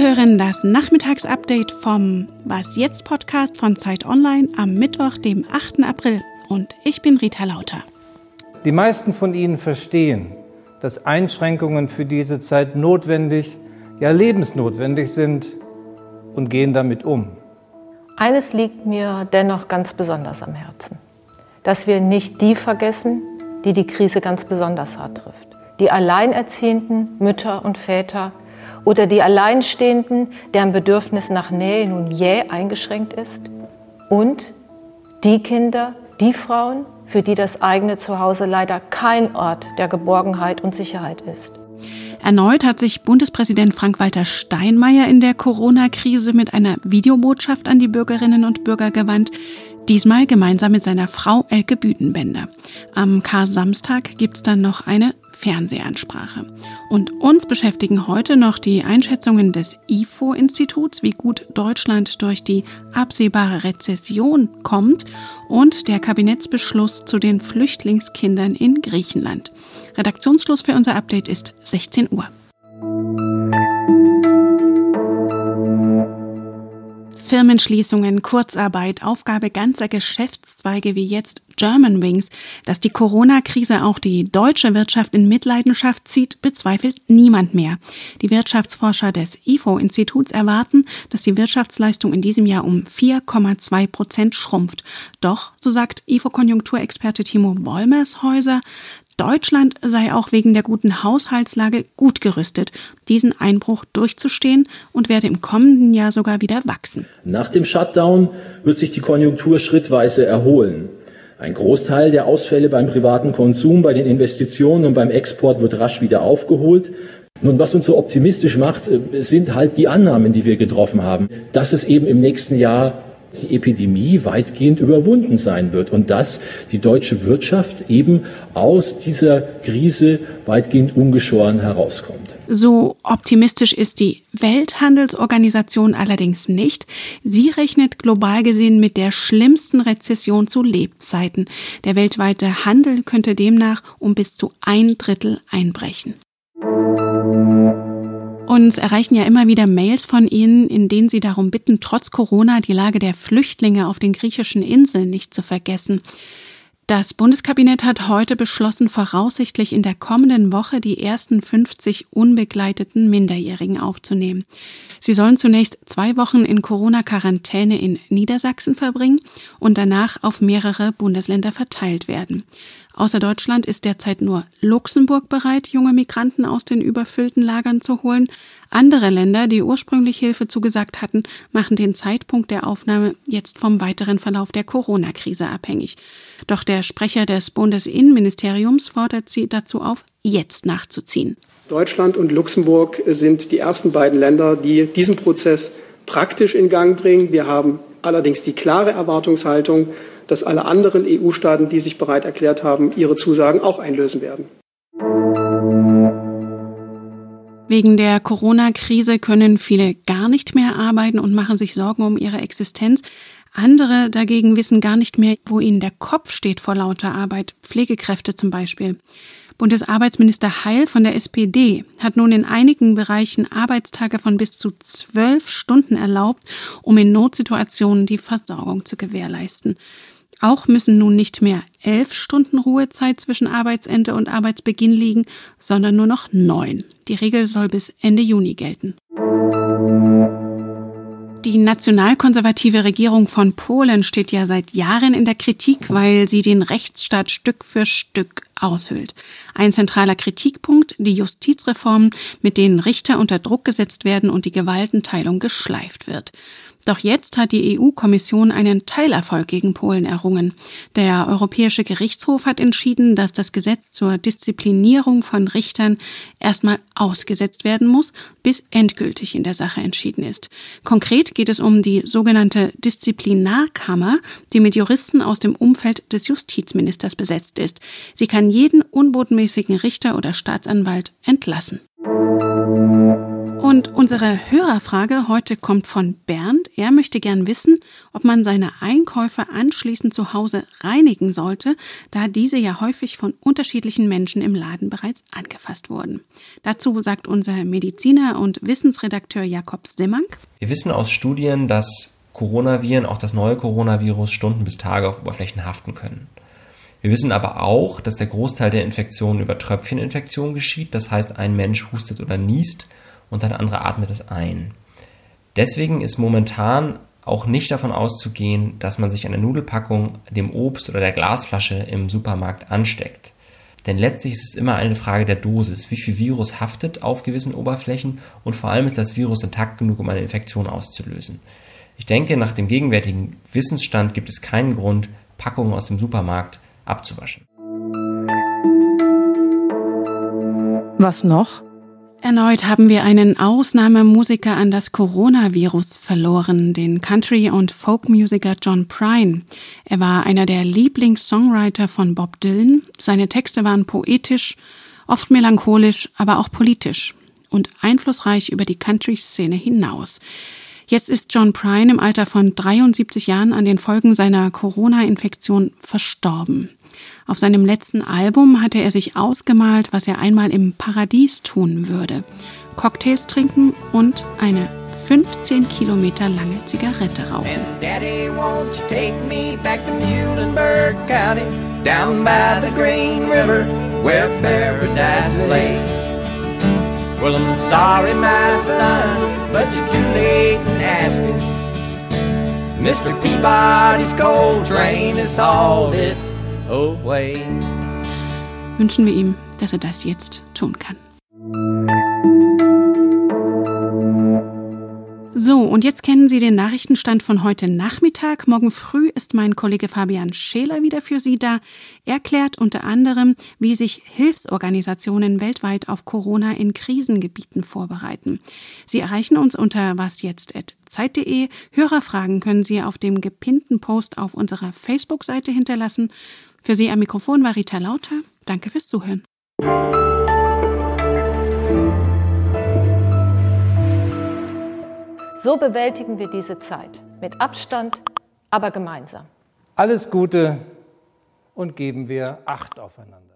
hören das Nachmittagsupdate vom Was jetzt Podcast von Zeit Online am Mittwoch, dem 8. April. Und ich bin Rita Lauter. Die meisten von Ihnen verstehen, dass Einschränkungen für diese Zeit notwendig, ja lebensnotwendig sind und gehen damit um. Eines liegt mir dennoch ganz besonders am Herzen, dass wir nicht die vergessen, die die Krise ganz besonders hart trifft. Die alleinerziehenden Mütter und Väter oder die Alleinstehenden, deren Bedürfnis nach Nähe nun jäh eingeschränkt ist. Und die Kinder, die Frauen, für die das eigene Zuhause leider kein Ort der Geborgenheit und Sicherheit ist. Erneut hat sich Bundespräsident Frank-Walter Steinmeier in der Corona-Krise mit einer Videobotschaft an die Bürgerinnen und Bürger gewandt. Diesmal gemeinsam mit seiner Frau Elke Büdenbender. Am Kar-Samstag gibt's dann noch eine Fernsehansprache. Und uns beschäftigen heute noch die Einschätzungen des IFO-Instituts, wie gut Deutschland durch die absehbare Rezession kommt, und der Kabinettsbeschluss zu den Flüchtlingskindern in Griechenland. Redaktionsschluss für unser Update ist 16 Uhr. Firmenschließungen, Kurzarbeit, Aufgabe ganzer Geschäftszweige wie jetzt Germanwings. Dass die Corona-Krise auch die deutsche Wirtschaft in Mitleidenschaft zieht, bezweifelt niemand mehr. Die Wirtschaftsforscher des IFO-Instituts erwarten, dass die Wirtschaftsleistung in diesem Jahr um 4,2% schrumpft. Doch, so sagt IFO-Konjunkturexperte Timo Wollmershäuser, Deutschland sei auch wegen der guten Haushaltslage gut gerüstet, diesen Einbruch durchzustehen, und werde im kommenden Jahr sogar wieder wachsen. Nach dem Shutdown wird sich die Konjunktur schrittweise erholen. Ein Großteil der Ausfälle beim privaten Konsum, bei den Investitionen und beim Export wird rasch wieder aufgeholt. Nun, was uns so optimistisch macht, sind halt die Annahmen, die wir getroffen haben, dass es eben im nächsten Jahr die Epidemie weitgehend überwunden sein wird und dass die deutsche Wirtschaft eben aus dieser Krise weitgehend ungeschoren herauskommt. So optimistisch ist die Welthandelsorganisation allerdings nicht. Sie rechnet global gesehen mit der schlimmsten Rezession zu Lebzeiten. Der weltweite Handel könnte demnach um bis zu 1/3 einbrechen. Uns erreichen ja immer wieder Mails von Ihnen, in denen Sie darum bitten, trotz Corona die Lage der Flüchtlinge auf den griechischen Inseln nicht zu vergessen. Das Bundeskabinett hat heute beschlossen, voraussichtlich in der kommenden Woche die ersten 50 unbegleiteten Minderjährigen aufzunehmen. Sie sollen zunächst 2 Wochen in Corona-Quarantäne in Niedersachsen verbringen und danach auf mehrere Bundesländer verteilt werden. Außer Deutschland ist derzeit nur Luxemburg bereit, junge Migranten aus den überfüllten Lagern zu holen. Andere Länder, die ursprünglich Hilfe zugesagt hatten, machen den Zeitpunkt der Aufnahme jetzt vom weiteren Verlauf der Corona-Krise abhängig. Doch der Sprecher des Bundesinnenministeriums fordert sie dazu auf, jetzt nachzuziehen. Deutschland und Luxemburg sind die ersten beiden Länder, die diesen Prozess praktisch in Gang bringen. Wir haben allerdings die klare Erwartungshaltung, dass alle anderen EU-Staaten, die sich bereit erklärt haben, ihre Zusagen auch einlösen werden. Wegen der Corona-Krise können viele gar nicht mehr arbeiten und machen sich Sorgen um ihre Existenz. Andere dagegen wissen gar nicht mehr, wo ihnen der Kopf steht vor lauter Arbeit, Pflegekräfte zum Beispiel. Bundesarbeitsminister Heil von der SPD hat nun in einigen Bereichen Arbeitstage von bis zu 12 Stunden erlaubt, um in Notsituationen die Versorgung zu gewährleisten. Auch müssen nun nicht mehr 11 Stunden Ruhezeit zwischen Arbeitsende und Arbeitsbeginn liegen, sondern nur noch 9. Die Regel soll bis Ende Juni gelten. Die nationalkonservative Regierung von Polen steht ja seit Jahren in der Kritik, weil sie den Rechtsstaat Stück für Stück aushöhlt. Ein zentraler Kritikpunkt: die Justizreformen, mit denen Richter unter Druck gesetzt werden und die Gewaltenteilung geschleift wird. Doch jetzt hat die EU-Kommission einen Teilerfolg gegen Polen errungen. Der Europäische Gerichtshof hat entschieden, dass das Gesetz zur Disziplinierung von Richtern erstmal ausgesetzt werden muss, bis endgültig in der Sache entschieden ist. Konkret geht es um die sogenannte Disziplinarkammer, die mit Juristen aus dem Umfeld des Justizministers besetzt ist. Sie kann jeden unbotmäßigen Richter oder Staatsanwalt entlassen. Und unsere Hörerfrage heute kommt von Bernd. Er möchte gern wissen, ob man seine Einkäufe anschließend zu Hause reinigen sollte, da diese ja häufig von unterschiedlichen Menschen im Laden bereits angefasst wurden. Dazu sagt unser Mediziner und Wissensredakteur Jakob Simmank: Wir wissen aus Studien, dass Coronaviren, auch das neue Coronavirus, Stunden bis Tage auf Oberflächen haften können. Wir wissen aber auch, dass der Großteil der Infektionen über Tröpfcheninfektion geschieht. Das heißt, ein Mensch hustet oder niest und ein anderer atmet es ein. Deswegen ist momentan auch nicht davon auszugehen, dass man sich an der Nudelpackung, dem Obst oder der Glasflasche im Supermarkt ansteckt. Denn letztlich ist es immer eine Frage der Dosis. Wie viel Virus haftet auf gewissen Oberflächen und vor allem ist das Virus intakt genug, um eine Infektion auszulösen. Ich denke, nach dem gegenwärtigen Wissensstand gibt es keinen Grund, Packungen aus dem Supermarkt abzuwaschen. Was noch? Erneut haben wir einen Ausnahmemusiker an das Coronavirus verloren, den Country- und Folkmusiker John Prine. Er war einer der Lieblingssongwriter von Bob Dylan. Seine Texte waren poetisch, oft melancholisch, aber auch politisch und einflussreich über die Country-Szene hinaus. Jetzt ist John Prine im Alter von 73 Jahren an den Folgen seiner Corona-Infektion verstorben. Auf seinem letzten Album hatte er sich ausgemalt, was er einmal im Paradies tun würde. Cocktails trinken und eine 15 Kilometer lange Zigarette rauchen. And Daddy, won't you take me back to Muhlenberg County, down by the Green River, where paradise lays. Well, I'm sorry, my son, but you're too late in asking. Mr. Peabody's coal train has hauled it away. Wünschen wir ihm, dass er das jetzt tun kann. So, und jetzt kennen Sie den Nachrichtenstand von heute Nachmittag. Morgen früh ist mein Kollege Fabian Scheler wieder für Sie da. Er klärt unter anderem, wie sich Hilfsorganisationen weltweit auf Corona in Krisengebieten vorbereiten. Sie erreichen uns unter wasjetzt@zeit.de. Hörerfragen können Sie auf dem gepinnten Post auf unserer Facebook-Seite hinterlassen. Für Sie am Mikrofon war Rita Lauter. Danke fürs Zuhören. So bewältigen wir diese Zeit. Mit Abstand, aber gemeinsam. Alles Gute und geben wir Acht aufeinander.